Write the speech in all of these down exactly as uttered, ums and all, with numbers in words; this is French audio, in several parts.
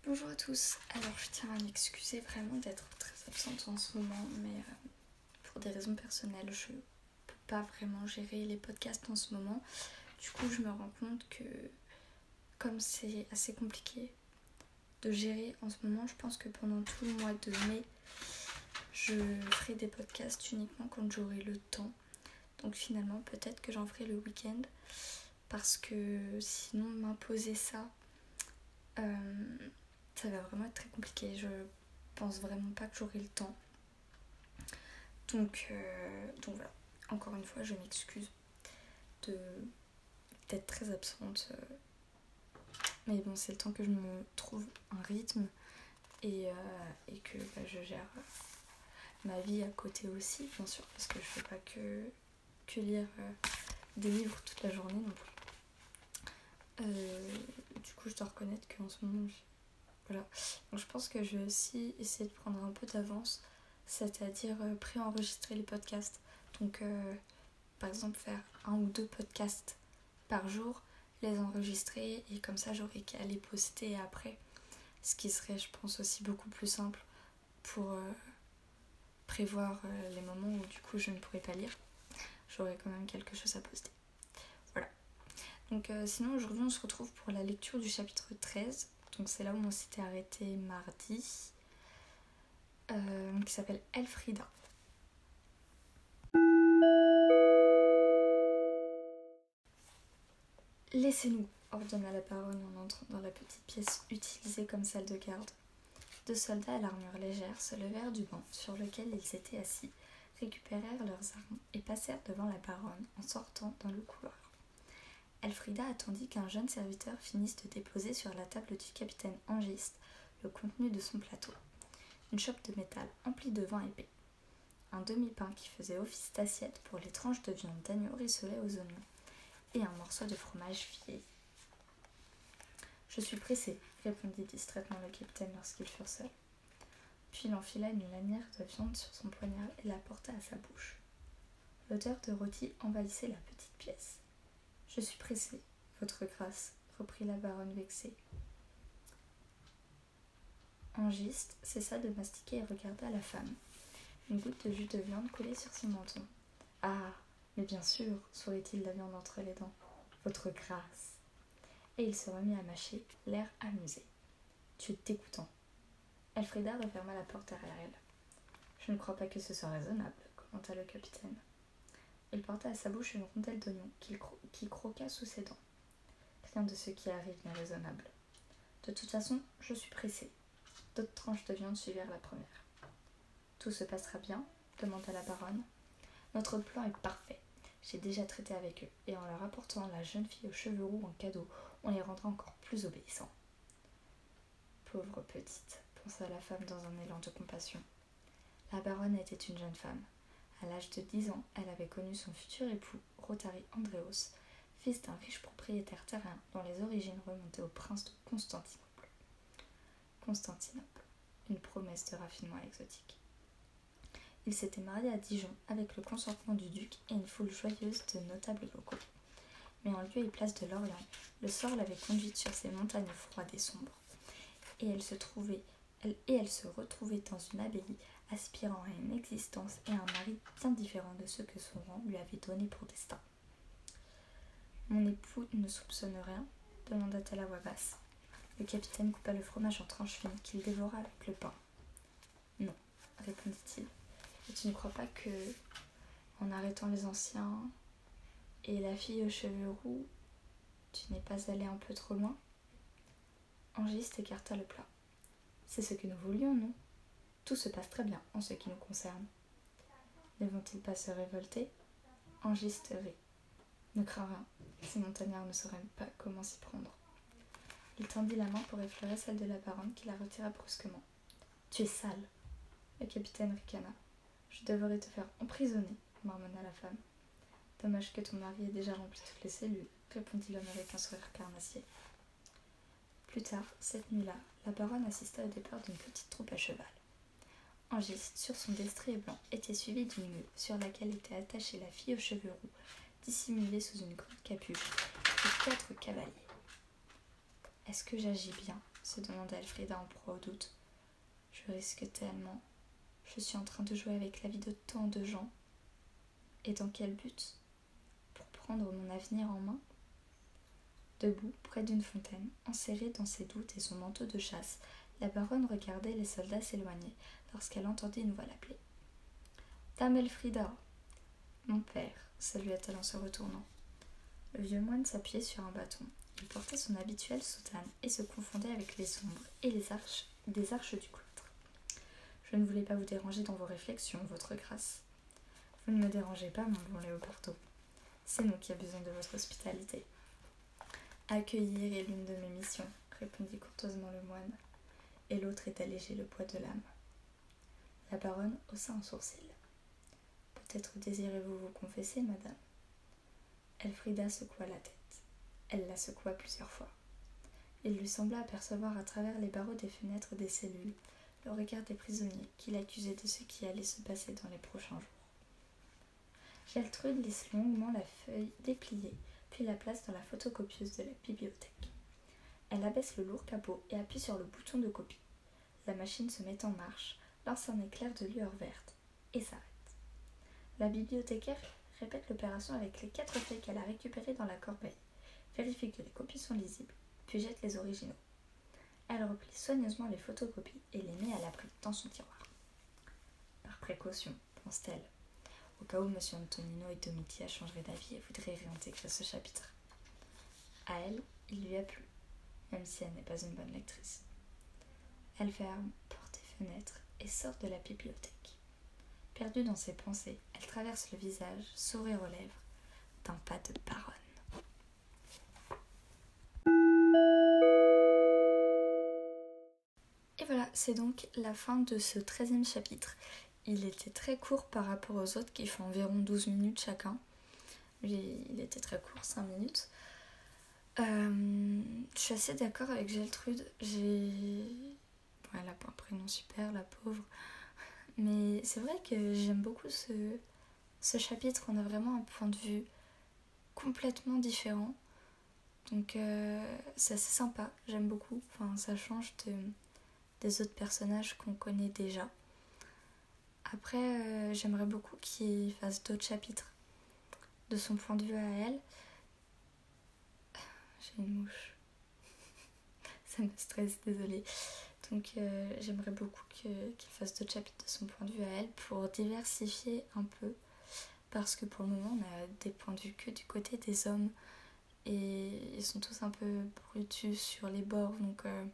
Bonjour à tous, alors je tiens à m'excuser vraiment d'être très absente en ce moment, mais euh, pour des raisons personnelles, je ne peux pas vraiment gérer les podcasts en ce moment. Du coup, je me rends compte que comme c'est assez compliqué de gérer en ce moment, je pense que pendant tout le mois de mai, je ferai des podcasts uniquement quand j'aurai le temps. Donc finalement, peut-être que j'en ferai le week-end, parce que sinon m'imposer ça... Euh, ça va vraiment être très compliqué, je pense vraiment pas que j'aurai le temps. Donc, euh, donc voilà, encore une fois, je m'excuse de, d'être très absente. Mais bon, c'est le temps que je me trouve un rythme et, euh, et que bah, je gère ma vie à côté aussi, bien sûr, parce que je fais pas que, que lire euh, des livres toute la journée non plus. Euh, du coup, je dois reconnaître qu'en ce moment, je... Voilà, donc je pense que je vais aussi essayer de prendre un peu d'avance, c'est-à-dire euh, pré-enregistrer les podcasts. Donc euh, par exemple faire un ou deux podcasts par jour, les enregistrer et comme ça j'aurai qu'à les poster après. Ce qui serait je pense aussi beaucoup plus simple pour euh, prévoir euh, les moments où du coup je ne pourrais pas lire. J'aurai quand même quelque chose à poster. Voilà. Donc euh, sinon aujourd'hui on se retrouve pour la lecture du chapitre treize. Donc c'est là où on s'était arrêté mardi, euh, qui s'appelle Elfrida. Laissez-nous, ordonna la baronne en entrant dans la petite pièce utilisée comme salle de garde. Deux soldats à l'armure légère se levèrent du banc sur lequel ils s'étaient assis, récupérèrent leurs armes et passèrent devant la baronne en sortant dans le couloir. Elfrida attendit qu'un jeune serviteur finisse de déposer sur la table du capitaine Angiste le contenu de son plateau. Une chope de métal emplie de vin épais. Un demi-pain qui faisait office d'assiette pour les tranches de viande d'agneau rissolée aux oignons et un morceau de fromage vieilli. « Je suis pressé, répondit distraitement le capitaine lorsqu'ils furent seuls. Puis il enfila une lanière de viande sur son poignard et la porta à sa bouche. L'odeur de rôti envahissait la petite pièce. « Je suis pressé, votre grâce, reprit la baronne vexée. Angiste cessa de mastiquer et regarda la femme. Une goutte de jus de viande coulait sur son menton. « Ah, mais bien sûr, sourit-il la viande entre les dents. Votre grâce. » Et il se remit à mâcher, l'air amusé. « Tu es dégoûtant. » Elfrida referma la porte derrière elle. « Je ne crois pas que ce soit raisonnable, » commenta le capitaine. Il porta à sa bouche une rondelle d'oignon qui, cro- qui croqua sous ses dents. Rien de ce qui arrive n'est raisonnable. De toute façon, je suis pressée. D'autres tranches de viande suivirent la première. « Tout se passera bien ?» demanda la baronne. « Notre plan est parfait. J'ai déjà traité avec eux, et en leur apportant la jeune fille aux cheveux roux en cadeau, on les rendra encore plus obéissants. » Pauvre petite, pensa la femme dans un élan de compassion. La baronne était une jeune femme. À l'âge de dix ans, elle avait connu son futur époux, Rothari Andréos, fils d'un riche propriétaire terrien dont les origines remontaient au prince de Constantinople. Constantinople, une promesse de raffinement exotique. Il s'était marié à Dijon avec le consentement du duc et une foule joyeuse de notables locaux. Mais en lieu et place de l'Orient, le sort l'avait conduite sur ces montagnes froides et sombres. Et elle se trouvait, elle, et elle se retrouvait dans une abbaye, aspirant à une existence et un mari bien différents de ceux que son rang lui avait donnés pour destin. « Mon époux ne soupçonne rien ?» demanda-t-elle à voix basse. Le capitaine coupa le fromage en tranches fines qu'il dévora avec le pain. « Non, » répondit-il. « Et tu ne crois pas que, en arrêtant les anciens et la fille aux cheveux roux, tu n'es pas allé un peu trop loin ?» Angiste écarta le plat. « C'est ce que nous voulions, non ? Tout se passe très bien en ce qui nous concerne. » Ne vont-ils pas se révolter ? Angiste rit. « Ne crains rien, ces montagnards ne sauraient pas comment s'y prendre. » Il tendit la main pour effleurer celle de la baronne qui la retira brusquement. « Tu es sale !» Le capitaine ricana. « Je devrais te faire emprisonner, » marmonna la femme. « Dommage que ton mari ait déjà rempli toutes les cellules, » répondit l'homme avec un sourire carnassier. Plus tard, cette nuit-là, la baronne assista au départ d'une petite troupe à cheval. Angiste, sur son destrier blanc, était suivi d'une mule sur laquelle était attachée la fille aux cheveux roux, dissimulée sous une grande capuche, et quatre cavaliers. « Est-ce que j'agis bien ?» se demanda Elfrida en proie au doute. Je risque tellement. Je suis en train de jouer avec la vie de tant de gens. Et dans quel but? Pour prendre mon avenir en main? Debout, près d'une fontaine, enserrée dans ses doutes et son manteau de chasse, la baronne regardait les soldats s'éloigner lorsqu'elle entendit une voix l'appeler. « Dame Elfrida !»« Mon père !» salua-t-elle en se retournant. Le vieux moine s'appuyait sur un bâton. Il portait son habituelle soutane et se confondait avec les ombres et les arches des arches du cloître. « Je ne voulais pas vous déranger dans vos réflexions, votre grâce. »« Vous ne me dérangez pas, mon bon Léopardo. C'est nous qui avons besoin de votre hospitalité. »« Accueillir est l'une de mes missions, » répondit courtoisement le moine, et l'autre est d'alléger le poids de l'âme. La baronne haussa un sourcil. « Peut-être désirez-vous vous confesser, madame ?» Elfrida secoua la tête. Elle la secoua plusieurs fois. Il lui sembla apercevoir à travers les barreaux des fenêtres des cellules le regard des prisonniers qui l'accusaient de ce qui allait se passer dans les prochains jours. Gertrude lisse longuement la feuille dépliée, puis la place dans la photocopieuse de la bibliothèque. Elle abaisse le lourd capot et appuie sur le bouton de copie. La machine se met en marche, lance un éclair de lueur verte et s'arrête. La bibliothécaire répète l'opération avec les quatre feuilles qu'elle a récupérées dans la corbeille, vérifie que les copies sont lisibles, puis jette les originaux. Elle replie soigneusement les photocopies et les met à l'abri dans son tiroir. Par précaution, pense-t-elle, au cas où M. Antonino et Domitia changeraient d'avis et voudraient réintégrer ce chapitre. À elle, il lui a plu, même si elle n'est pas une bonne lectrice. Elle ferme portes et fenêtres et sort de la bibliothèque. Perdue dans ses pensées, elle traverse le visage, sourire aux lèvres, d'un pas de baronne. Et voilà, c'est donc la fin de ce treizième chapitre. Il était très court par rapport aux autres qui font environ douze minutes chacun. Lui, il était très court, cinq minutes. Euh, je suis assez d'accord avec Gertrude. J'ai... Bon, elle n'a pas un prénom super, la pauvre. Mais c'est vrai que j'aime beaucoup ce, ce chapitre. On a vraiment un point de vue complètement différent. Donc euh, c'est assez sympa, j'aime beaucoup. Enfin, ça change de, des autres personnages qu'on connaît déjà. Après, euh, j'aimerais beaucoup qu'il fasse d'autres chapitres de son point de vue à elle. J'ai une mouche. Ça me stresse, désolée. Donc euh, j'aimerais beaucoup que, qu'il fasse d'autres chapitres de son point de vue à elle pour diversifier un peu. Parce que pour le moment, on a des points de vue que du côté des hommes. Et ils sont tous un peu brutus sur les bords. Donc euh,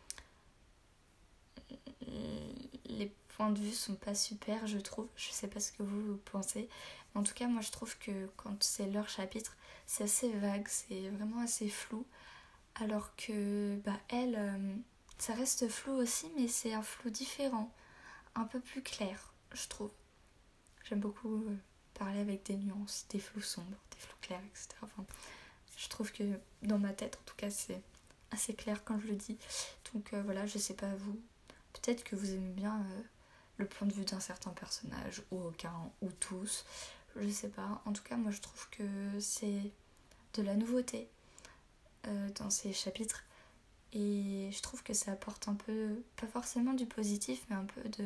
les points de vue sont pas super, je trouve. Je sais pas ce que vous, vous pensez. Mais en tout cas, moi je trouve que quand c'est leur chapitre, c'est assez vague, c'est vraiment assez flou. Alors que bah, elle, euh, ça reste flou aussi, mais c'est un flou différent, un peu plus clair, je trouve. J'aime beaucoup euh, parler avec des nuances, des flous sombres, des flous clairs, et cetera. Enfin, je trouve que dans ma tête, en tout cas, c'est assez clair quand je le dis. Donc euh, voilà, je sais pas vous. Peut-être que vous aimez bien euh, le point de vue d'un certain personnage, ou aucun, ou tous. Je sais pas. En tout cas, moi, je trouve que c'est de la nouveauté euh, dans ces chapitres. Et je trouve que ça apporte un peu, pas forcément du positif, mais un peu de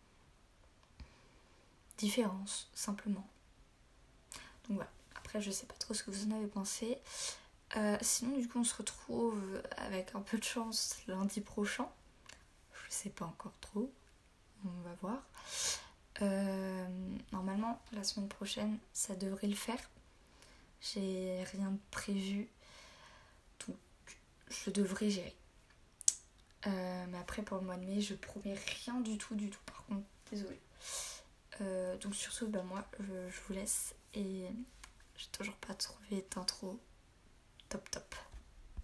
différence, simplement. Donc voilà. Après, je sais pas trop ce que vous en avez pensé. Euh, sinon, du coup, on se retrouve avec un peu de chance lundi prochain. Je sais pas encore trop. On va voir. Euh, normalement, la semaine prochaine, ça devrait le faire. J'ai rien de prévu. Donc, je devrais gérer. Euh, mais après, pour le mois de mai, je promets rien du tout, du tout. Par contre, désolée. Euh, donc, surtout, bah, moi, je, je vous laisse. Et j'ai toujours pas trouvé d'intro top top.